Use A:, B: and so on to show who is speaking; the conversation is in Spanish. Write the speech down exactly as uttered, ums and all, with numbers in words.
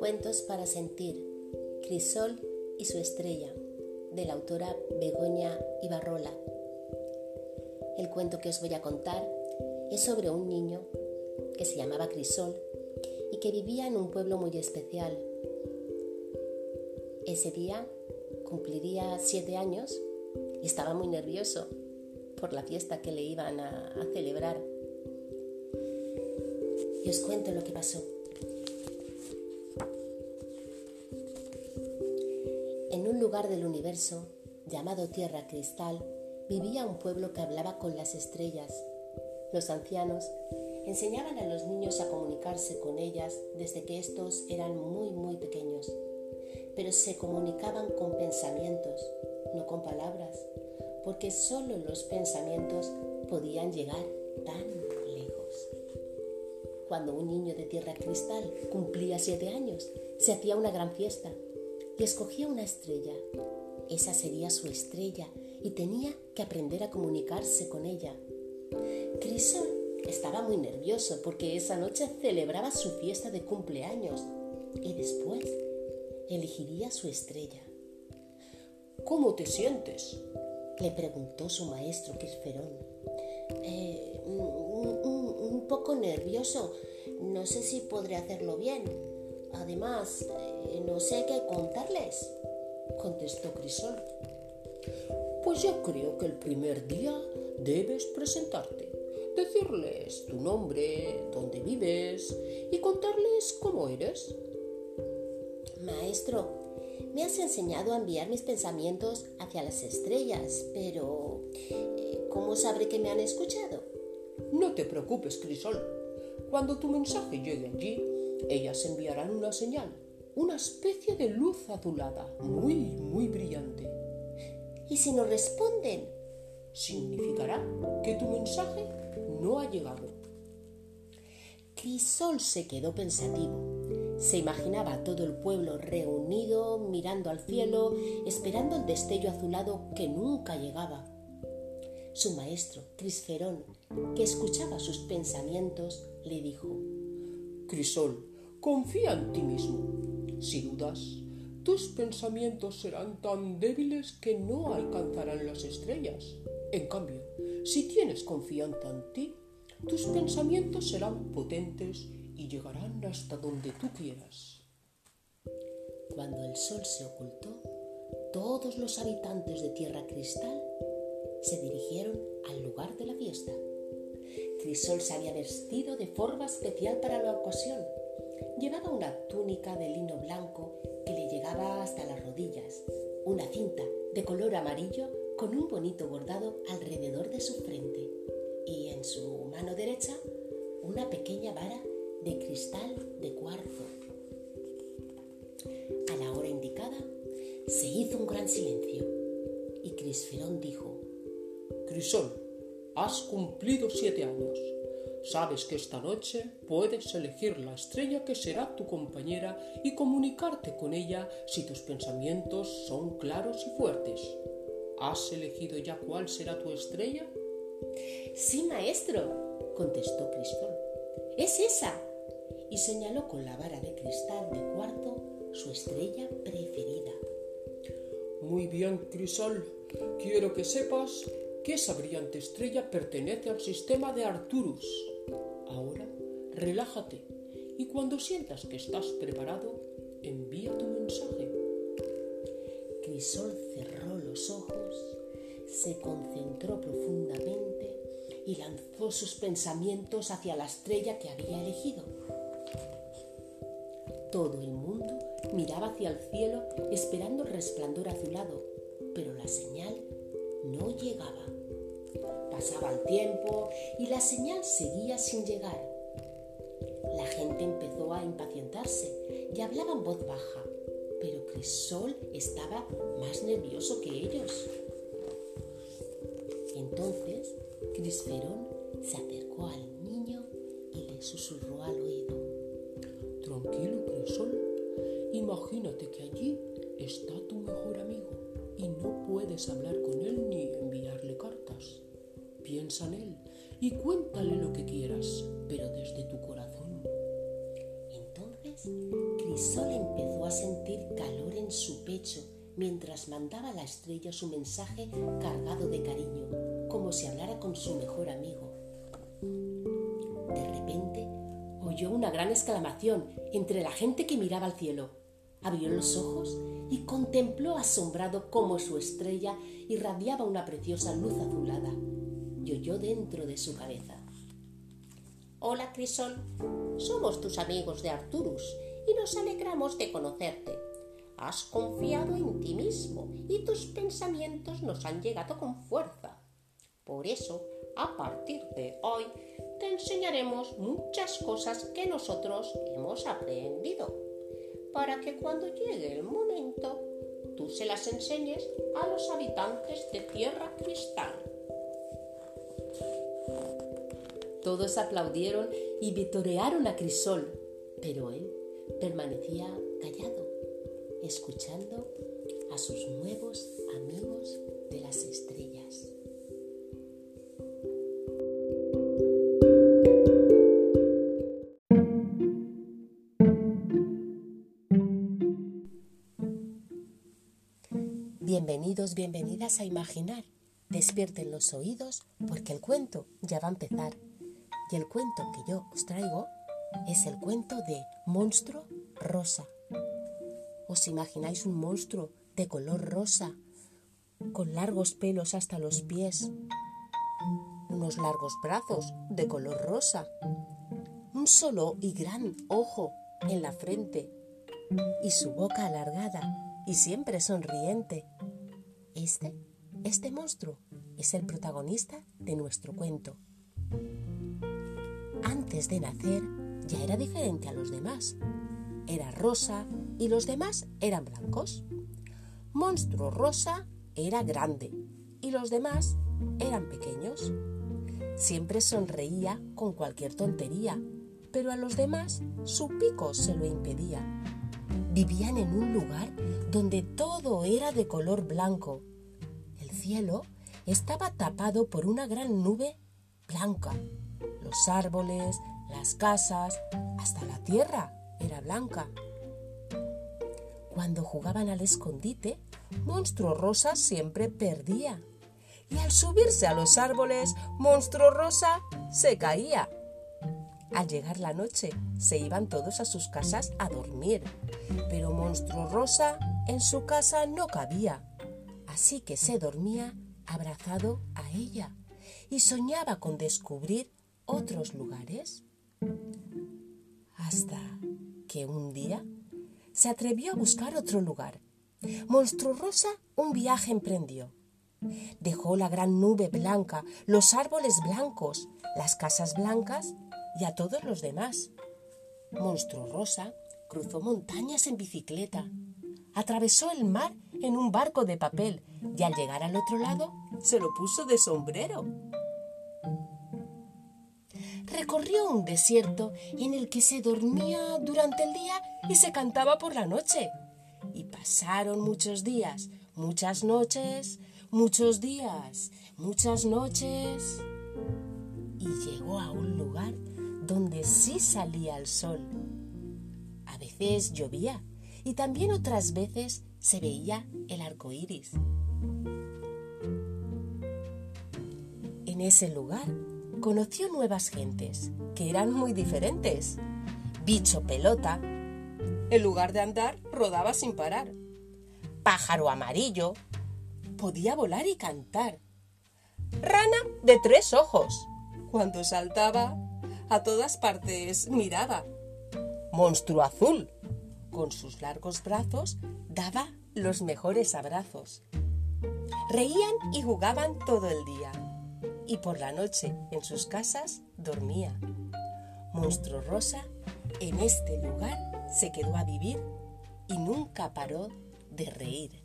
A: Cuentos para sentir, Crisol y su estrella, de la autora Begoña Ibarrola. El cuento que os voy a contar es sobre un niño que se llamaba Crisol y que vivía en un pueblo muy especial. Ese día cumpliría siete años y estaba muy nervioso por la fiesta que le iban a, a celebrar. Y os cuento lo que pasó. En un lugar del universo, llamado Tierra Cristal, vivía un pueblo que hablaba con las estrellas. Los ancianos enseñaban a los niños a comunicarse con ellas desde que estos eran muy, muy pequeños. Pero se comunicaban con pensamientos, no con palabras, porque solo los pensamientos podían llegar tan lejos. Cuando un niño de Tierra Cristal cumplía siete años, se hacía una gran fiesta y escogía una estrella. Esa sería su estrella y tenía que aprender a comunicarse con ella. Crisol estaba muy nervioso porque esa noche celebraba su fiesta de cumpleaños y después elegiría su estrella.
B: ¿Cómo te sientes?,
A: le preguntó su maestro Crisferón. Eh, un, un, un poco nervioso. No sé si podré hacerlo bien. Además, eh, no sé qué contarles, contestó Crisol.
B: Pues yo creo que el primer día debes presentarte, decirles tu nombre, dónde vives y contarles cómo eres.
A: Maestro, me has enseñado a enviar mis pensamientos hacia las estrellas, pero eh, ¿cómo sabré que me han escuchado?
B: No te preocupes, Crisol. Cuando tu mensaje llegue allí, ellas enviarán una señal, una especie de luz azulada, muy, muy brillante.
A: ¿Y si no responden?
B: Significará que tu mensaje no ha llegado.
A: Crisol se quedó pensativo. Se imaginaba a todo el pueblo reunido, mirando al cielo, esperando el destello azulado que nunca llegaba. Su maestro, Crisferón, que escuchaba sus pensamientos, le dijo:
B: Crisol, confía en ti mismo. Si dudas, tus pensamientos serán tan débiles que no alcanzarán las estrellas. En cambio, si tienes confianza en ti, tus pensamientos serán potentes y llegarán hasta donde tú quieras.
A: Cuando el sol se ocultó, todos los habitantes de Tierra Cristal se dirigieron al lugar de la fiesta. Crisol se había vestido de forma especial para la ocasión. Llevaba una túnica de lino blanco que le llegaba hasta las rodillas, una cinta de color amarillo con un bonito bordado alrededor de su frente y en su mano derecha una pequeña vara de cristal de cuarzo. A la hora indicada se hizo un gran silencio y Crisferón dijo:
B: Crisol, has cumplido siete años. Sabes que esta noche puedes elegir la estrella que será tu compañera y comunicarte con ella si tus pensamientos son claros y fuertes. ¿Has elegido ya cuál será tu estrella?
A: Sí, maestro, contestó Crisol. Es esa. Y señaló con la vara de cristal de cuarzo su estrella preferida.
B: Muy bien, Crisol. Quiero que sepas que esa brillante estrella pertenece al sistema de Arcturus. Ahora, relájate y cuando sientas que estás preparado, envía tu mensaje.
A: Crisol cerró los ojos, se concentró profundamente y lanzó sus pensamientos hacia la estrella que había elegido. Todo el mundo miraba hacia el cielo esperando el resplandor azulado, pero la señal no llegaba. Pasaba el tiempo y la señal seguía sin llegar. La gente empezó a impacientarse y hablaba en voz baja, pero Crisol estaba más nervioso que ellos. Entonces Crisferón se acercó al niño y le susurró al oído:
B: Tranquilo, Crisol. Imagínate que allí está tu mejor amigo y no puedes hablar con él ni enviarle cartas. Piensa en él y cuéntale lo que quieras, pero desde tu corazón.
A: Entonces Crisol empezó a sentir calor en su pecho mientras mandaba a la estrella su mensaje cargado de cariño, como si hablara con su mejor amigo. De repente oyó una gran exclamación entre la gente que miraba al cielo. Abrió los ojos y contempló asombrado cómo su estrella irradiaba una preciosa luz azulada, y oyó dentro de su cabeza: «Hola, Crisol, somos tus amigos de Arcturus y nos alegramos de conocerte. Has confiado en ti mismo y tus pensamientos nos han llegado con fuerza. Por eso, a partir de hoy, te enseñaremos muchas cosas que nosotros hemos aprendido, para que cuando llegue el momento, tú se las enseñes a los habitantes de Tierra Cristal». Todos aplaudieron y vitorearon a Crisol, pero él permanecía callado, escuchando a sus nuevos amigos de las estrellas. Bienvenidos, bienvenidas a Imaginar. Despierten los oídos porque el cuento ya va a empezar. Y el cuento que yo os traigo es el cuento de Monstruo Rosa. ¿Os imagináis un monstruo de color rosa, con largos pelos hasta los pies, unos largos brazos de color rosa, un solo y gran ojo en la frente y su boca alargada y siempre sonriente? Este, este monstruo es el protagonista de nuestro cuento. Antes de nacer ya era diferente a los demás. Era rosa y los demás eran blancos. Monstruo Rosa era grande y los demás eran pequeños. Siempre sonreía con cualquier tontería, pero a los demás su pico se lo impedía. Vivían en un lugar donde todo era de color blanco. El cielo estaba tapado por una gran nube blanca. Los árboles, las casas, hasta la tierra era blanca. Cuando jugaban al escondite, Monstruo Rosa siempre perdía. Y al subirse a los árboles, Monstruo Rosa se caía. Al llegar la noche, se iban todos a sus casas a dormir. Pero Monstruo Rosa en su casa no cabía. Así que se dormía abrazado a ella y soñaba con descubrir otros lugares. Hasta que un día se atrevió a buscar otro lugar. Monstruo Rosa un viaje emprendió. Dejó la gran nube blanca, los árboles blancos, las casas blancas y a todos los demás. Monstruo Rosa cruzó montañas en bicicleta, atravesó el mar en un barco de papel y al llegar al otro lado se lo puso de sombrero. Recorrió un desierto en el que se dormía durante el día y se cantaba por la noche. Y pasaron muchos días, muchas noches, muchos días, muchas noches. Y llegó a un lugar donde sí salía el sol. A veces llovía y también otras veces se veía el arco iris. En ese lugar conoció nuevas gentes que eran muy diferentes. Bicho Pelota, en lugar de andar, rodaba sin parar. Pájaro Amarillo, podía volar y cantar. Rana de tres ojos, cuando saltaba, a todas partes miraba. Monstruo Azul, con sus largos brazos, daba los mejores abrazos. Reían y jugaban todo el día. Y por la noche en sus casas dormía. Monstruo Rosa en este lugar se quedó a vivir y nunca paró de reír.